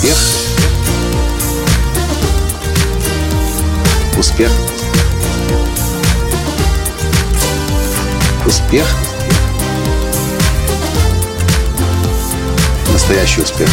Успех. Успех. Успех. Настоящий успех.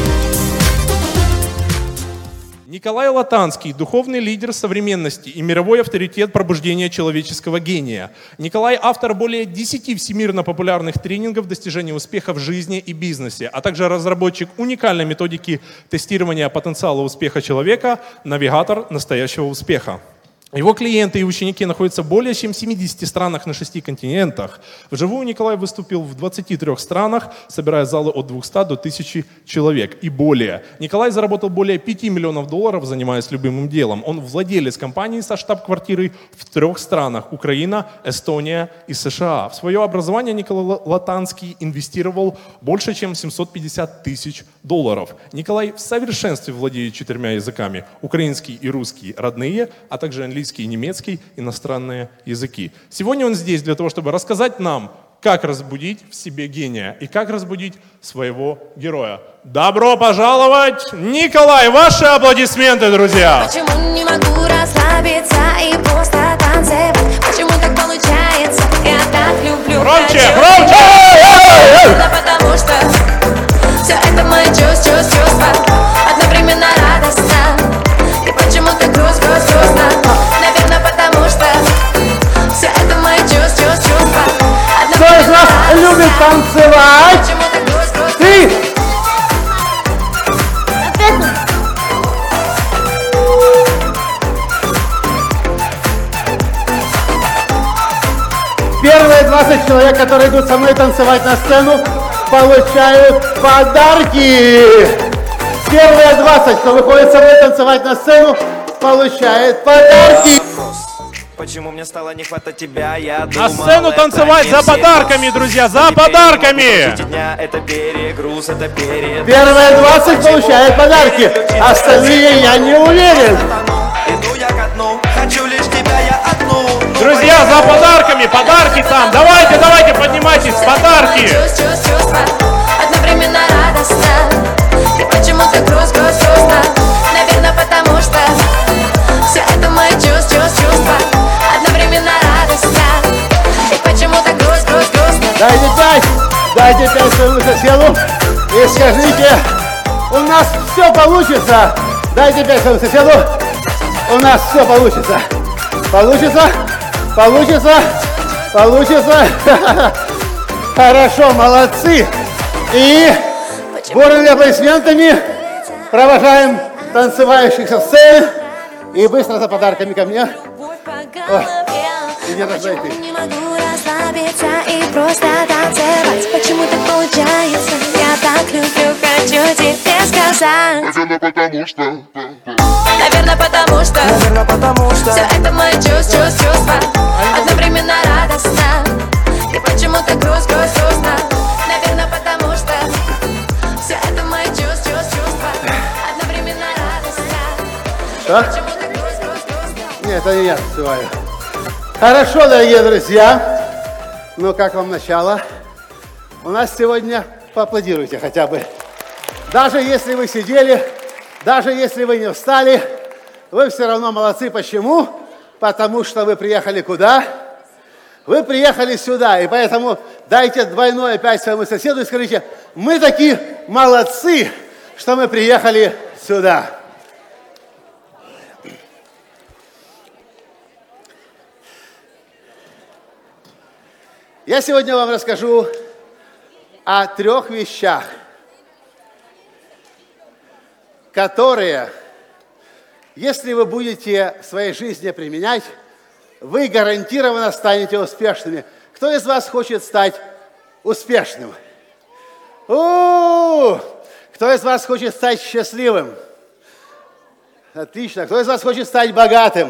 Николай Латанский – духовный лидер современности и мировой авторитет пробуждения человеческого гения. Николай – автор более 10 всемирно популярных тренингов достижения успеха в жизни и бизнесе, а также разработчик уникальной методики тестирования потенциала успеха человека, навигатор настоящего успеха. Его клиенты и ученики находятся в более чем 70 странах на 6 континентах. Вживую Николай выступил в 23 странах, собирая залы от 200 до 1000 человек и более. Николай заработал более 5 миллионов долларов, занимаясь любимым делом. Он владелец компании со штаб-квартирой в 3 странах – Украина, Эстония и США. В свое образование Николай Латанский инвестировал больше, чем 750 тысяч долларов. Николай в совершенстве владеет 4 языками – украинский и русский родные, а также английский и немецкий, иностранные языки. Сегодня он здесь для того, чтобы рассказать нам, как разбудить в себе гения и как разбудить своего героя. Добро пожаловать, Николай! Ваши аплодисменты, друзья! Почему не могу расслабиться и просто танцевать? Почему так получается? Я так люблю. Громче, громче! Потому что все это мои чувства одновременно радостно. И почему так грустно? Наверное, потому что все это мои чувства Кто из вас любит танцевать? Почему так грустно? Ты! Первые 20 человек, которые идут со мной танцевать на сцену, получают подарки. Первые 20, кто выходит со мной танцевать на сцену, получает подарки. Почему мне стало не хватать тебя? Я На думал, сцену это танцевать не за все. подарками, друзья, за Теперь подарками! дня это перегруз, это перед. Первые 20 получают подарки, остальные я не уверен. Иду я ко дну, хочу лишь тебя, я одну. Друзья, за подарками, подарки там! Давайте, давайте, поднимайтесь, подарки! Чувства одновременно радостно. И почему так грустно? Наверное, потому что все это мои чувства одновременно радостно. И почему так грустно? Дайте 5 своему соседу и скажите, у нас все получится. Дайте 5 своему соседу, у нас все получится. Получится? Получится? Получится? Хорошо, молодцы. И бурными аплодисментами провожаем танцевающих со сцены и быстро за подарками ко мне. Почему не могу расслабиться и просто танцевать? Почему так получается? Я так люблю, хочу тебе сказать. Наверное, потому что все это мои чувства одновременно радостно. И почему так грустно? Наверное, потому что все это мои чувства одновременно радостно. Что? Почему так грустно? Нет, это не я танцеваю. Хорошо, дорогие друзья. Ну, как вам начало? У нас сегодня, поаплодируйте хотя бы. Даже если вы сидели, даже если вы не встали, вы все равно молодцы. Почему? Потому что вы приехали куда? Вы приехали сюда. И поэтому дайте двойное опять своему соседу и скажите, мы такие молодцы, что мы приехали сюда. Я сегодня вам расскажу о 3 вещах, которые, если вы будете в своей жизни применять, вы гарантированно станете успешными. Кто из вас хочет стать успешным? Кто из вас хочет стать счастливым? Отлично. Кто из вас хочет стать богатым?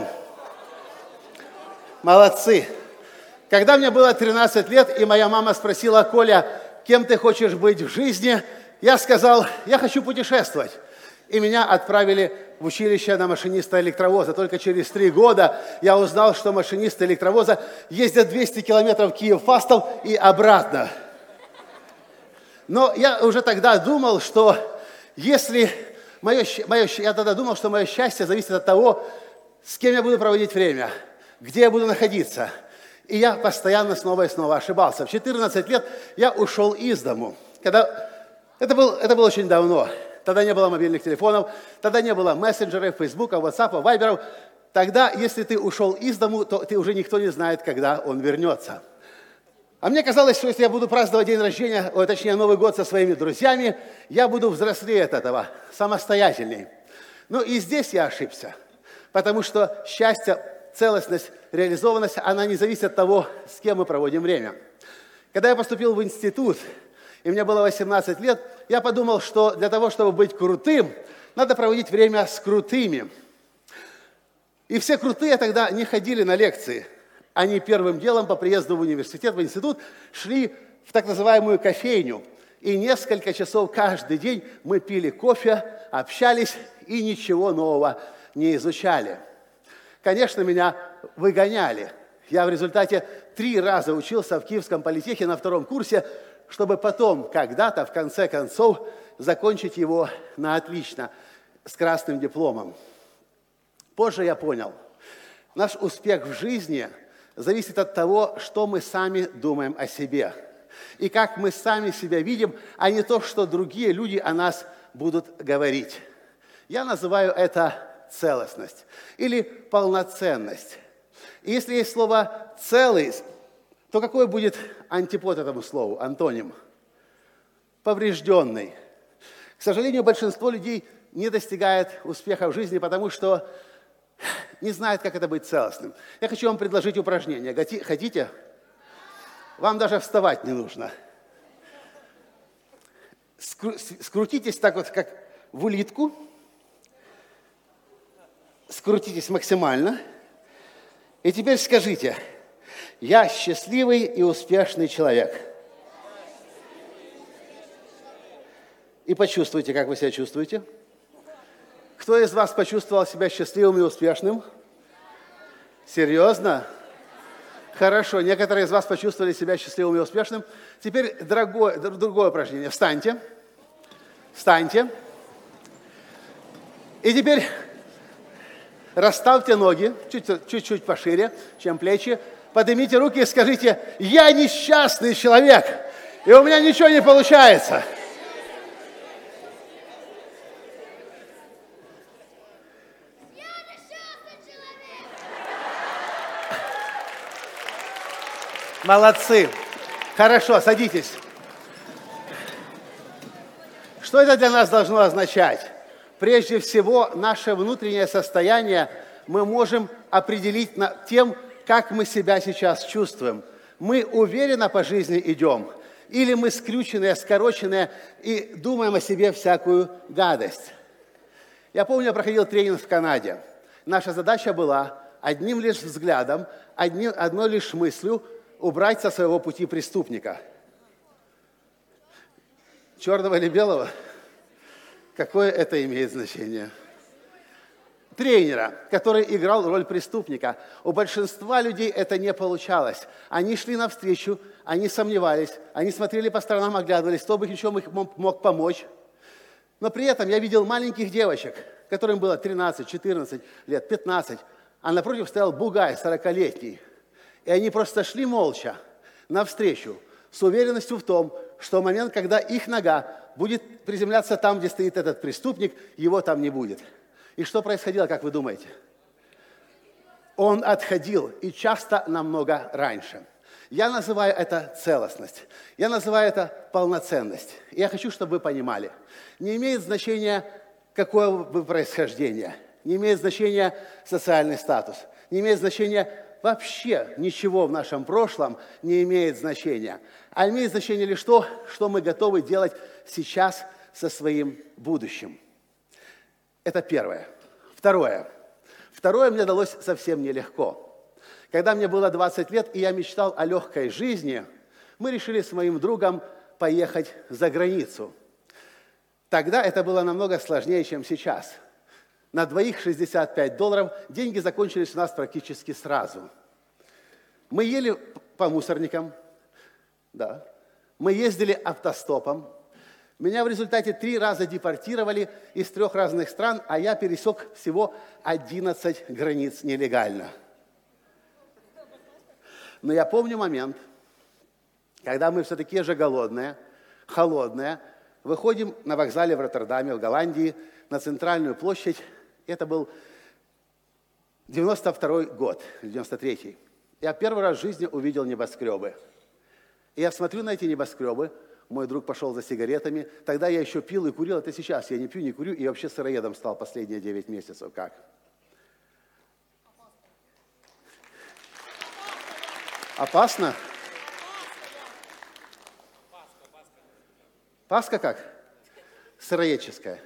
Молодцы. Когда мне было 13 лет, и моя мама спросила: Коля, кем ты хочешь быть в жизни? Я сказал: я хочу путешествовать. И меня отправили в училище на машиниста электровоза. Только через 3 года я узнал, что машинисты электровоза ездят 200 километров Киев-Фастов и обратно. Но я уже тогда думал, что если Я тогда думал, что мое счастье зависит от того, с кем я буду проводить время, где я буду находиться. И я постоянно снова и снова ошибался. В 14 лет я ушел из дому. Это было очень давно. Тогда не было мобильных телефонов, тогда не было мессенджеров, фейсбука, ватсапа, вайберов. Тогда, если ты ушел из дому, то уже никто не знает, когда он вернется. А мне казалось, что если я буду праздновать день рождения, точнее Новый год со своими друзьями, я буду взрослее от этого, самостоятельней. Ну и здесь я ошибся, потому что счастье, целостность, реализованность, она не зависит от того, с кем мы проводим время. Когда я поступил в институт, и мне было 18 лет, я подумал, что для того, чтобы быть крутым, надо проводить время с крутыми. И все крутые тогда не ходили на лекции. Они первым делом по приезду в университет, в институт, шли в так называемую кофейню. И несколько часов каждый день мы пили кофе, общались и ничего нового не изучали. Конечно, меня выгоняли. Я в результате 3 раза учился в Киевском политехе на 2-м курсе, чтобы потом, когда-то, в конце концов, закончить его на отлично, с красным дипломом. Позже я понял, наш успех в жизни зависит от того, что мы сами думаем о себе. И как мы сами себя видим, а не то, что другие люди о нас будут говорить. Я называю это целостность или полноценность. И если есть слово «целый», то какой будет антипод этому слову, антоним? Поврежденный. К сожалению, большинство людей не достигает успеха в жизни, потому что не знает, как это быть целостным. Я хочу вам предложить упражнение. Хотите? Вам даже вставать не нужно. Скрутитесь так вот, как в улитку. Скрутитесь максимально. И теперь скажите: я счастливый и успешный человек. И почувствуйте, как вы себя чувствуете. Кто из вас почувствовал себя счастливым и успешным? Серьезно? Хорошо, некоторые из вас почувствовали себя счастливым и успешным. Теперь другое упражнение. Встаньте. Встаньте. И теперь расставьте ноги чуть-чуть пошире, чем плечи. Поднимите руки и скажите: я несчастный человек, и у меня ничего не получается. Молодцы. Хорошо, садитесь. Что это для нас должно означать? Прежде всего, наше внутреннее состояние мы можем определить тем, как мы себя сейчас чувствуем. Мы уверенно по жизни идем, или мы скрюченные, скороченные и думаем о себе всякую гадость. Я помню, я проходил тренинг в Канаде. Наша задача была одним лишь взглядом, одной лишь мыслью убрать со своего пути преступника. Черного или белого? Какое это имеет значение? Тренера, который играл роль преступника. У большинства людей это не получалось. Они шли навстречу, они сомневались, они смотрели по сторонам, оглядывались, кто бы еще мог помочь. Но при этом я видел маленьких девочек, которым было 13, 14 лет, 15, а напротив стоял бугай 40-летний. И они просто шли молча навстречу, с уверенностью в том, что в момент, когда их нога будет приземляться там, где стоит этот преступник, его там не будет. И что происходило, как вы думаете? Он отходил, и часто намного раньше. Я называю это целостность. Я называю это полноценность. И я хочу, чтобы вы понимали. Не имеет значения, какое вы происхождение. Не имеет значения социальный статус. Не имеет значения вообще ничего в нашем прошлом не имеет значения. А имеет значение лишь то, что мы готовы делать сейчас со своим будущим. Это первое. Второе мне далось совсем нелегко. Когда мне было 20 лет, и я мечтал о легкой жизни, мы решили с моим другом поехать за границу. Тогда это было намного сложнее, чем сейчас. На двоих $65. Деньги закончились у нас практически сразу. Мы ели по мусорникам, да. Мы ездили автостопом. Меня в результате 3 раза депортировали из 3 разных стран, а я пересек всего 11 границ нелегально. Но я помню момент, когда мы все такие же голодные, холодные, выходим на вокзале в Роттердаме, в Голландии, на центральную площадь. Это был 92-й год, 93-й. Я первый раз в жизни увидел небоскребы. И я смотрю на эти небоскребы, мой друг пошел за сигаретами. Тогда я еще пил и курил, это сейчас я не пью, не курю, и вообще сыроедом стал последние 9 месяцев. Как? Опасно? Паска как? Сыроедческая.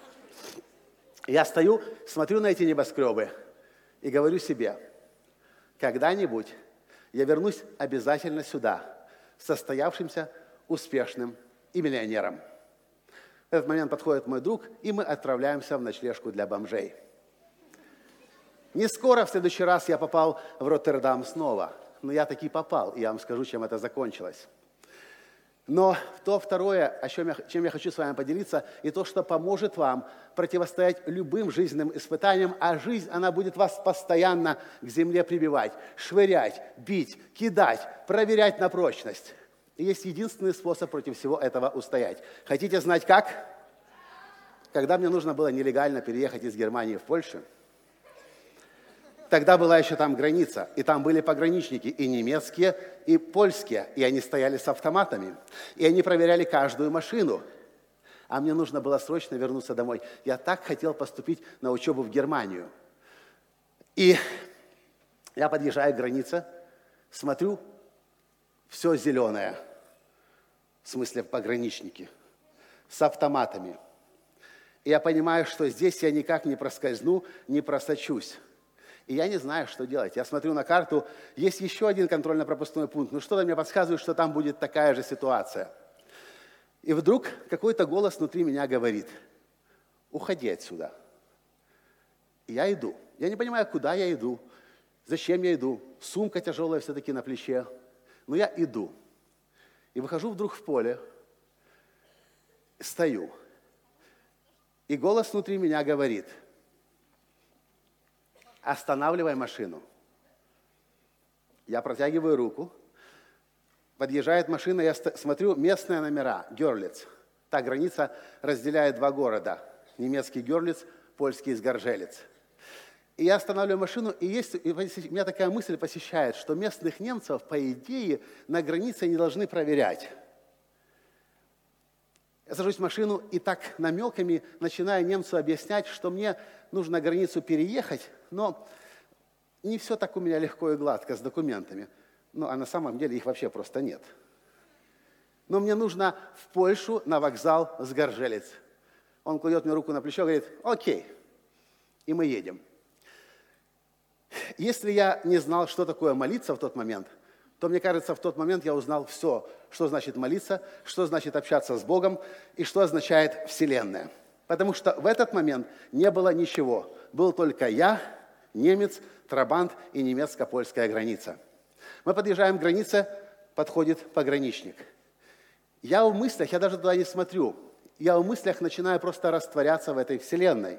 Я стою, смотрю на эти небоскребы и говорю себе, когда-нибудь я вернусь обязательно сюда, состоявшимся, успешным и миллионером. В этот момент подходит мой друг, и мы отправляемся в ночлежку для бомжей. Не скоро, в следующий раз, я попал в Роттердам снова. Но я таки попал, и я вам скажу, чем это закончилось. Но то второе, чем я хочу с вами поделиться, и то, что поможет вам противостоять любым жизненным испытаниям, а жизнь, она будет вас постоянно к земле прибивать, швырять, бить, кидать, проверять на прочность. И есть единственный способ против всего этого устоять. Хотите знать как? Когда мне нужно было нелегально переехать из Германии в Польшу, тогда была еще там граница, и там были пограничники, и немецкие, и польские, и они стояли с автоматами, и они проверяли каждую машину. А мне нужно было срочно вернуться домой. Я так хотел поступить на учебу в Германию. И я подъезжаю к границе, смотрю, все зеленое, в смысле пограничники, с автоматами. И я понимаю, что здесь я никак не проскользну, не просочусь. И я не знаю, что делать. Я смотрю на карту, есть еще один контрольно-пропускной пункт. Ну что-то мне подсказывает, что там будет такая же ситуация. И вдруг какой-то голос внутри меня говорит, уходи отсюда. И я иду. Я не понимаю, куда я иду, зачем я иду. Сумка тяжелая все-таки на плече. Но я иду. И выхожу вдруг в поле, стою. И голос внутри меня говорит, останавливай машину. Я протягиваю руку, подъезжает машина, я смотрю местные номера, Гёрлиц. Та граница разделяет 2 города, немецкий Гёрлиц, польский Сгаржелец. И я останавливаю машину, и меня такая мысль посещает, что местных немцев, по идее, на границе не должны проверять. Я сажусь в машину и так намеками начинаю немцу объяснять, что мне нужно границу переехать, но не все так у меня легко и гладко с документами. Ну, а на самом деле их вообще просто нет. Но мне нужно в Польшу на вокзал Сгаржелец. Он кладет мне руку на плечо и говорит, окей, и мы едем. Если я не знал, что такое молиться в тот момент, то, мне кажется, в тот момент я узнал все, что значит молиться, что значит общаться с Богом и что означает Вселенная. Потому что в этот момент не было ничего. Был только я, немец, трабант и немецко-польская граница. Мы подъезжаем к границе, подходит пограничник. Я в мыслях, я даже туда не смотрю, я в мыслях начинаю просто растворяться в этой Вселенной.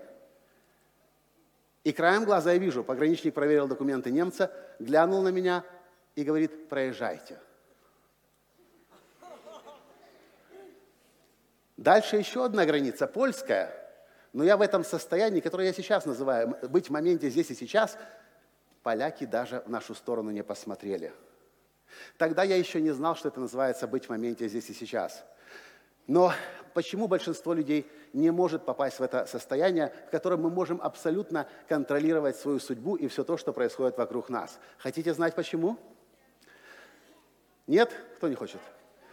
И краем глаза я вижу, пограничник проверил документы немца, глянул на меня и говорит, проезжайте. Дальше еще одна граница, польская. Но я в этом состоянии, которое я сейчас называю, быть в моменте здесь и сейчас, поляки даже в нашу сторону не посмотрели. Тогда я еще не знал, что это называется быть в моменте здесь и сейчас. Но почему большинство людей не может попасть в это состояние, в котором мы можем абсолютно контролировать свою судьбу и все то, что происходит вокруг нас? Хотите знать почему? Нет? Кто не хочет?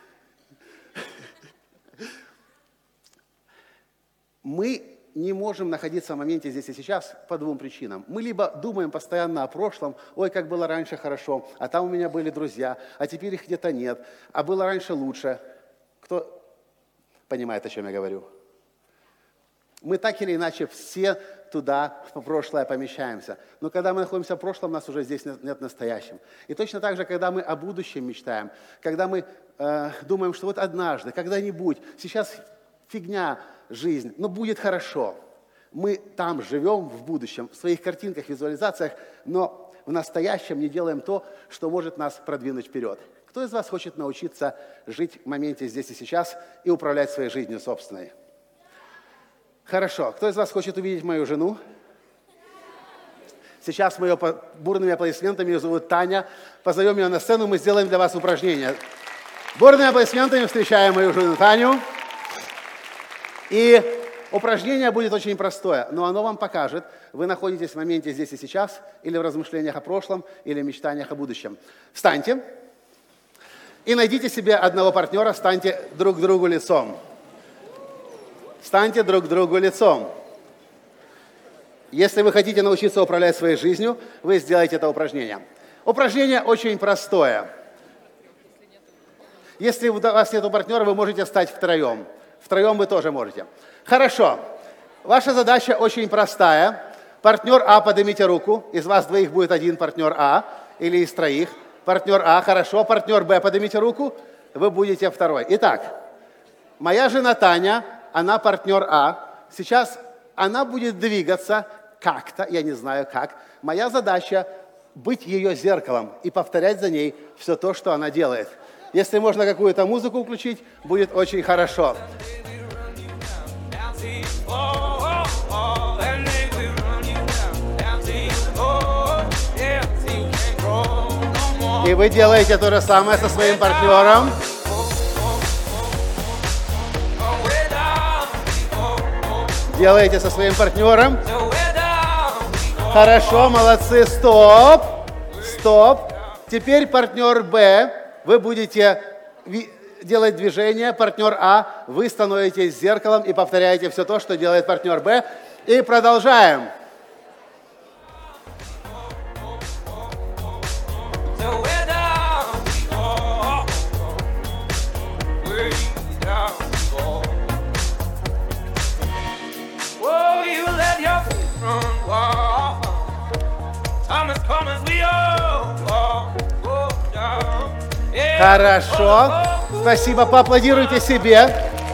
Мы не можем находиться в моменте здесь и сейчас по 2 причинам. Мы либо думаем постоянно о прошлом, ой, как было раньше хорошо, а там у меня были друзья, а теперь их где-то нет, а было раньше лучше. Кто понимает, о чем я говорю? Мы так или иначе все туда, в прошлое помещаемся. Но когда мы находимся в прошлом, нас уже здесь нет настоящем. И точно так же, когда мы о будущем мечтаем, когда мы думаем, что вот однажды, когда-нибудь, сейчас фигня, жизнь, но будет хорошо. Мы там живем в будущем, в своих картинках, визуализациях, но в настоящем не делаем то, что может нас продвинуть вперед. Кто из вас хочет научиться жить в моменте здесь и сейчас и управлять своей жизнью собственной? Хорошо. Кто из вас хочет увидеть мою жену? Сейчас мы ее бурными аплодисментами, ее зовут Таня. Позовем ее на сцену, мы сделаем для вас упражнение. Бурными аплодисментами встречаем мою жену Таню. И упражнение будет очень простое, но оно вам покажет, вы находитесь в моменте здесь и сейчас, или в размышлениях о прошлом, или в мечтаниях о будущем. Встаньте и найдите себе одного партнера, встаньте друг к другу лицом. Встаньте друг к другу лицом. Если вы хотите научиться управлять своей жизнью, вы сделаете это упражнение. Упражнение очень простое. Если у вас нет партнера, вы можете стать втроем. Втроем вы тоже можете. Хорошо. Ваша задача очень простая. Партнер А, поднимите руку. Из вас двоих будет один партнер А или из троих. Партнер А, хорошо. Партнер Б, поднимите руку. Вы будете второй. Итак, моя жена Таня, она партнер А. Сейчас она будет двигаться как-то, я не знаю как. Моя задача быть ее зеркалом и повторять за ней все то, что она делает. Если можно какую-то музыку включить, будет очень хорошо. И вы делаете то же самое со своим партнером. Делаете со своим партнером. Хорошо, молодцы. Стоп. Стоп. Теперь партнер Б. Вы будете делать движение. Партнер А. Вы становитесь зеркалом и повторяете все то, что делает партнер Б. И продолжаем. Хорошо. Спасибо. Поаплодируйте себе.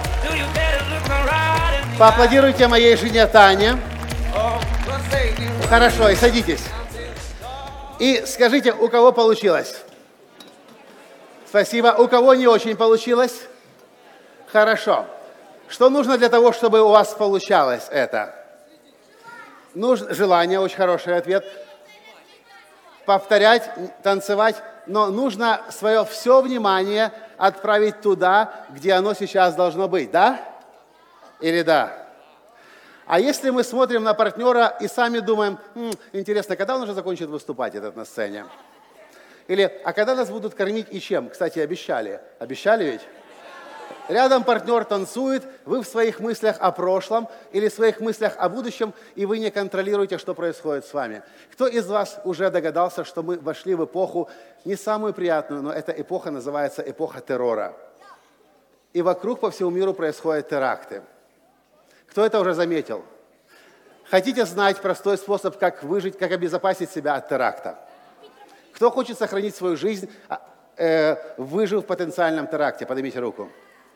Поаплодируйте моей жене Тане. Хорошо, и садитесь. И скажите, у кого получилось? Спасибо. У кого не очень получилось? Хорошо. Что нужно для того, чтобы у вас получалось это? Нужно желание, очень хороший ответ. Повторять, танцевать, но нужно свое все внимание отправить туда, где оно сейчас должно быть, да? Или да? А если мы смотрим на партнера и сами думаем, интересно, когда он уже закончит выступать этот на сцене? Или, а когда нас будут кормить и чем? Кстати, обещали. Обещали ведь? Рядом партнер танцует, вы в своих мыслях о прошлом или в своих мыслях о будущем, и вы не контролируете, что происходит с вами. Кто из вас уже догадался, что мы вошли в эпоху, не самую приятную, но эта эпоха называется эпоха террора. И вокруг по всему миру происходят теракты. Кто это уже заметил? Хотите знать простой способ, как выжить, как обезопасить себя от теракта? Кто хочет сохранить свою жизнь, выжив в потенциальном теракте? Поднимите руку.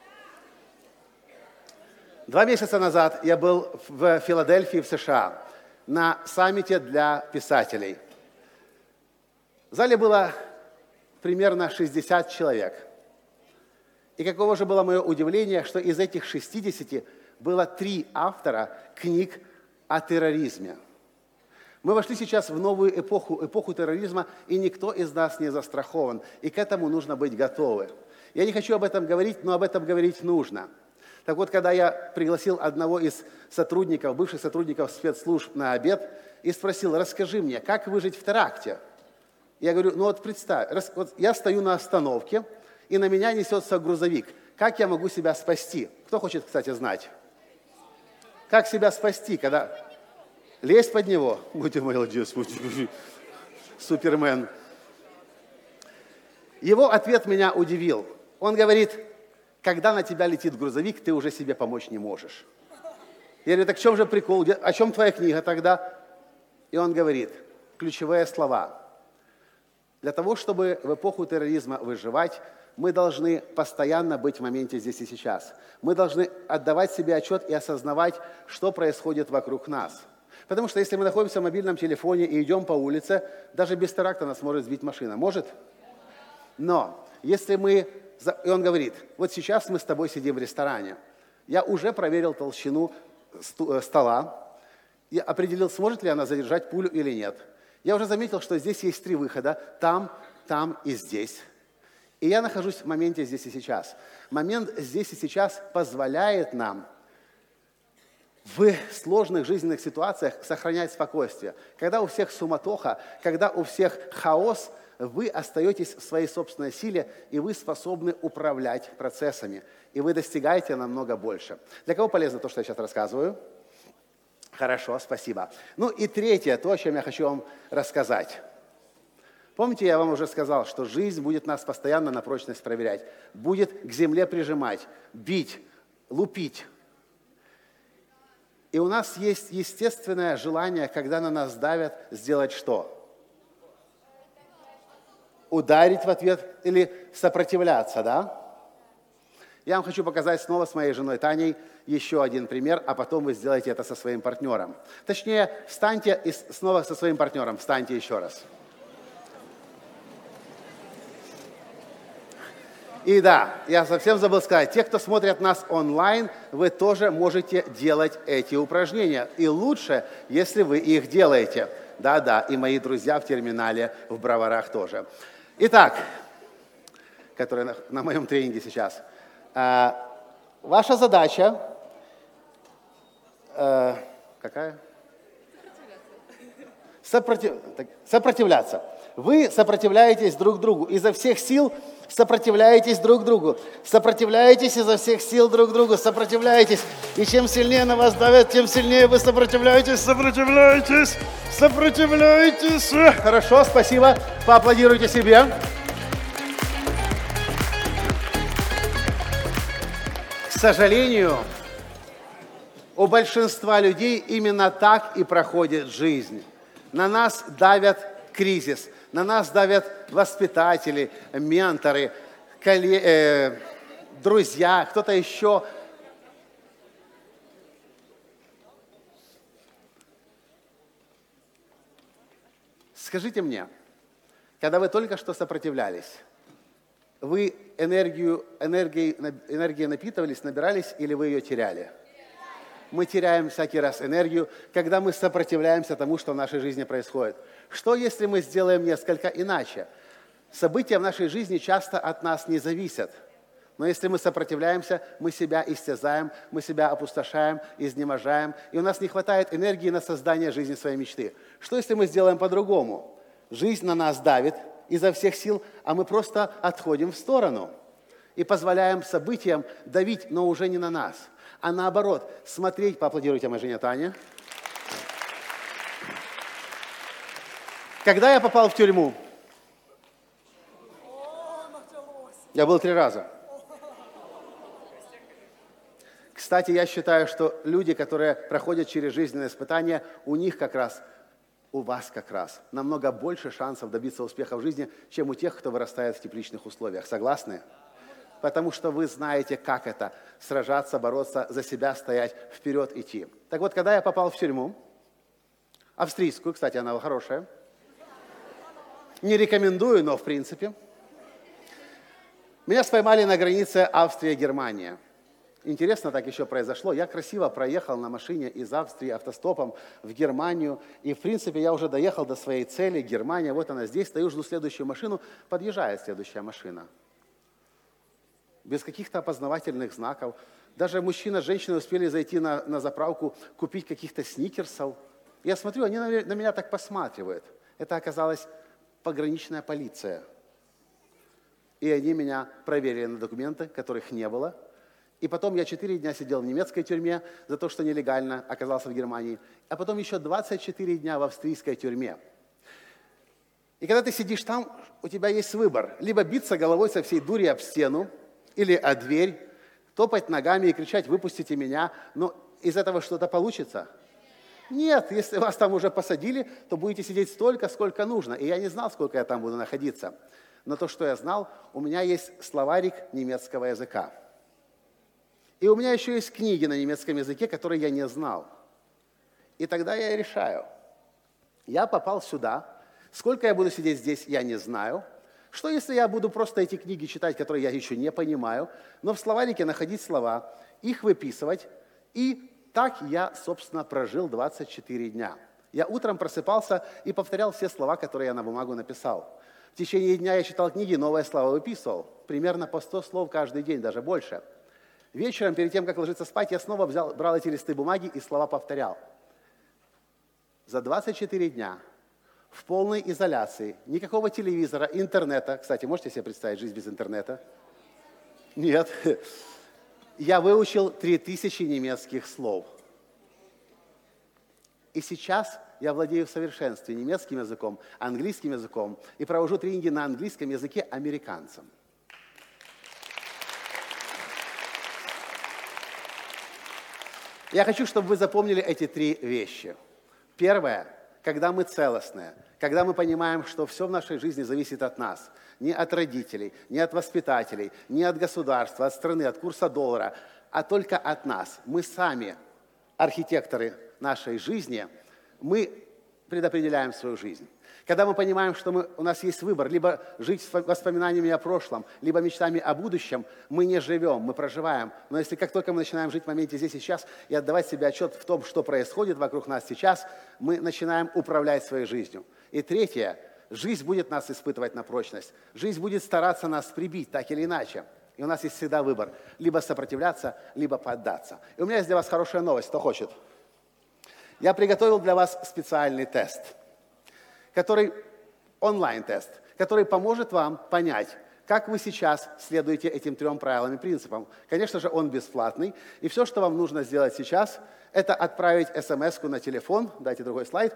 2 месяца назад я был в Филадельфии, в США, на саммите для писателей. В зале было примерно 60 человек. И каково же было мое удивление, что из этих 60 было 3 автора книг о терроризме. Мы вошли сейчас в новую эпоху терроризма, и никто из нас не застрахован. И к этому нужно быть готовы. Я не хочу об этом говорить, но об этом говорить нужно. Так вот, когда я пригласил одного из сотрудников, бывших сотрудников спецслужб на обед, и спросил, расскажи мне, как выжить в теракте? Я говорю, ну вот представь, вот я стою на остановке, и на меня несется грузовик. Как я могу себя спасти? Кто хочет, кстати, знать? Как себя спасти, когда... Лезть под него? Ой, ты молодец, Супермен. Его ответ меня удивил. Он говорит, когда на тебя летит грузовик, ты уже себе помочь не можешь. Я говорю, так в чем же прикол? О чем твоя книга тогда? И он говорит, ключевые слова. Для того, чтобы в эпоху терроризма выживать, мы должны постоянно быть в моменте здесь и сейчас. Мы должны отдавать себе отчет и осознавать, что происходит вокруг нас. Потому что если мы находимся в мобильном телефоне и идем по улице, даже без теракта нас может сбить машина. Может? Но если мы... И он говорит, вот сейчас мы с тобой сидим в ресторане. Я уже проверил толщину стола. Я определил, сможет ли она задержать пулю или нет. Я уже заметил, что здесь есть 3 выхода. Там и здесь. И я нахожусь в моменте здесь и сейчас. Момент здесь и сейчас позволяет нам в сложных жизненных ситуациях сохранять спокойствие. Когда у всех суматоха, когда у всех хаос, вы остаетесь в своей собственной силе, и вы способны управлять процессами. И вы достигаете намного больше. Для кого полезно то, что я сейчас рассказываю? Хорошо, спасибо. Ну и третье, то, о чем я хочу вам рассказать. Помните, я вам уже сказал, что жизнь будет нас постоянно на прочность проверять. Будет к земле прижимать, бить, лупить. И у нас есть естественное желание, когда на нас давят, сделать что? Ударить в ответ или сопротивляться, да? Я вам хочу показать снова с моей женой Таней еще один пример, а потом вы сделаете это со своим партнером. Точнее, встаньте и снова со своим партнером, встаньте еще раз. И да, я совсем забыл сказать, те, кто смотрят нас онлайн, вы тоже можете делать эти упражнения. И лучше, если вы их делаете. Да-да, и мои друзья в терминале в Броварах тоже. Итак, которые на моем тренинге сейчас. Ваша задача... какая? Сопротивляться. Вы сопротивляетесь друг другу. Изо всех сил сопротивляетесь друг другу. Сопротивляетесь изо всех сил друг другу. Сопротивляетесь. И чем сильнее на вас давят, тем сильнее вы сопротивляетесь. Сопротивляетесь. Сопротивляетесь. Хорошо, спасибо. Поаплодируйте себе. К сожалению, у большинства людей именно так и проходит жизнь. На нас давят кризис, на нас давят воспитатели, менторы, друзья, кто-то еще. Скажите мне, когда вы только что сопротивлялись, вы энергией напитывались, набирались или вы ее теряли? Мы теряем всякий раз энергию, когда мы сопротивляемся тому, что в нашей жизни происходит. Что, если мы сделаем несколько иначе? События в нашей жизни часто от нас не зависят. Но если мы сопротивляемся, мы себя истязаем, мы себя опустошаем, изнеможаем, и у нас не хватает энергии на создание жизни своей мечты. Что, если мы сделаем по-другому? Жизнь на нас давит изо всех сил, а мы просто отходим в сторону и позволяем событиям давить, но уже не на нас. А наоборот, смотреть, поаплодируйте моей жене Тане. Когда я попал в тюрьму, я был 3 раза. Кстати, я считаю, что люди, которые проходят через жизненные испытания, у них как раз, у вас как раз, намного больше шансов добиться успеха в жизни, чем у тех, кто вырастает в тепличных условиях. Согласны? Потому что вы знаете, как это – сражаться, бороться, за себя стоять, вперед идти. Так вот, когда я попал в тюрьму, австрийскую, кстати, она хорошая, не рекомендую, но в принципе, меня споймали на границе Австрия-Германия. Интересно, так еще произошло. Я красиво проехал на машине из Австрии автостопом в Германию. И, в принципе, я уже доехал до своей цели. Германия, вот она здесь. Стою, жду следующую машину. Подъезжает следующая машина. Без каких-то опознавательных знаков. Даже мужчина с женщиной успели зайти на заправку, купить каких-то сникерсов. Я смотрю, они на меня так посматривают. Это оказалась пограничная полиция. И они меня проверили на документы, которых не было. И потом я 4 дня сидел в немецкой тюрьме за то, что нелегально оказался в Германии. А потом еще 24 дня в австрийской тюрьме. И когда ты сидишь там, у тебя есть выбор. Либо биться головой со всей дури об стену, или о дверь, топать ногами и кричать: «Выпустите меня!» Но из этого что-то получится? Нет, если вас там уже посадили, то будете сидеть столько, сколько нужно. И я не знал, сколько я там буду находиться. Но то, что я знал, у меня есть словарик немецкого языка. И у меня еще есть книги на немецком языке, которые я не знал. И тогда я решаю. Я попал сюда. Сколько я буду сидеть здесь, я не знаю. Что, если я буду просто эти книги читать, которые я еще не понимаю, но в словарике находить слова, их выписывать. И так я, собственно, прожил 24 дня. Я утром просыпался и повторял все слова, которые я на бумагу написал. В течение дня я читал книги, новые слова выписывал. Примерно по 100 слов каждый день, даже больше. Вечером, перед тем, как ложиться спать, я снова брал эти листы бумаги и слова повторял. За 24 дня в полной изоляции, никакого телевизора, интернета. Кстати, можете себе представить жизнь без интернета? Нет. Я выучил 3000 немецких слов. И сейчас я владею в совершенстве немецким языком, английским языком и провожу тренинги на английском языке американцам. Я хочу, чтобы вы запомнили эти 3 вещи. Первое, когда мы целостные, когда мы понимаем, что все в нашей жизни зависит от нас, не от родителей, не от воспитателей, не от государства, от страны, от курса доллара, а только от нас. Мы сами архитекторы нашей жизни, мы предопределяем свою жизнь. Когда мы понимаем, что у нас есть выбор, либо жить воспоминаниями о прошлом, либо мечтами о будущем, мы не живем, мы проживаем. Но если как только мы начинаем жить в моменте здесь и сейчас и отдавать себе отчет в том, что происходит вокруг нас сейчас, мы начинаем управлять своей жизнью. И третье, жизнь будет нас испытывать на прочность. Жизнь будет стараться нас прибить, так или иначе. И у нас есть всегда выбор, либо сопротивляться, либо поддаться. И у меня есть для вас хорошая новость, кто хочет. Я приготовил для вас специальный тест, онлайн-тест, который поможет вам понять, как вы сейчас следуете этим 3 правилам и принципам. Конечно же, он бесплатный, и все, что вам нужно сделать сейчас, это отправить смс-ку на телефон, дайте другой слайд,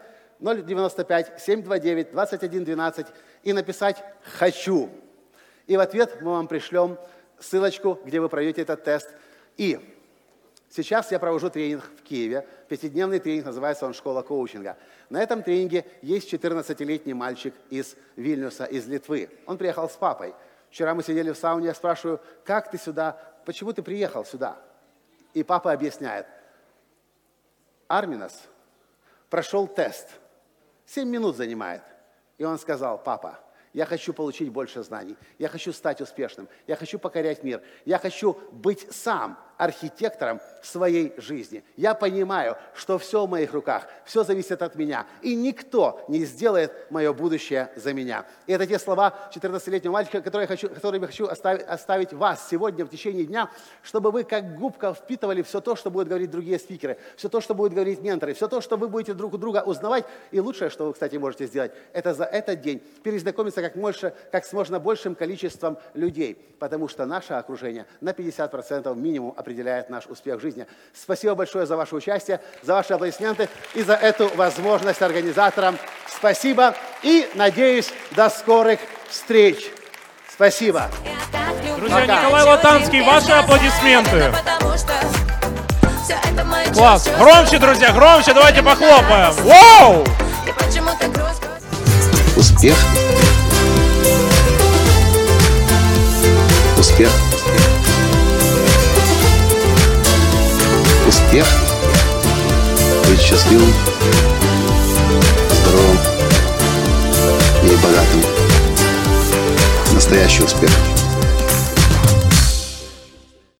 095-729-2112 и написать «Хочу». И в ответ мы вам пришлем ссылочку, где вы пройдете этот тест. И сейчас я провожу тренинг в Киеве. 5-дневный тренинг, называется он «Школа коучинга». На этом тренинге есть 14-летний мальчик из Вильнюса, из Литвы. Он приехал с папой. Вчера мы сидели в сауне, я спрашиваю, как ты сюда, почему ты приехал сюда? И папа объясняет. Арминас прошел тест. 7 минут занимает. И он сказал, папа, я хочу получить больше знаний, я хочу стать успешным, я хочу покорять мир, я хочу быть сам архитектором своей жизни. Я понимаю, что все в моих руках, все зависит от меня, и никто не сделает мое будущее за меня. И это те слова 14-летнего мальчика, которые я хочу оставить вас сегодня в течение дня, чтобы вы как губка впитывали все то, что будут говорить другие спикеры, все то, что будут говорить менторы, все то, что вы будете друг у друга узнавать. И лучшее, что вы, кстати, можете сделать, это за этот день перезнакомиться как с можно большим количеством людей, потому что наше окружение на 50% минимум определяет наш успех в жизни. Спасибо большое за ваше участие, за ваши аплодисменты и за эту возможность организаторам. Спасибо и, надеюсь, до скорых встреч. Спасибо. Друзья, Николай Латанский, ваши аплодисменты. Класс. Громче, друзья, громче, давайте похлопаем. Вау! Успех. Успех. Успех. Быть счастливым, здоровым и богатым. Настоящий успех.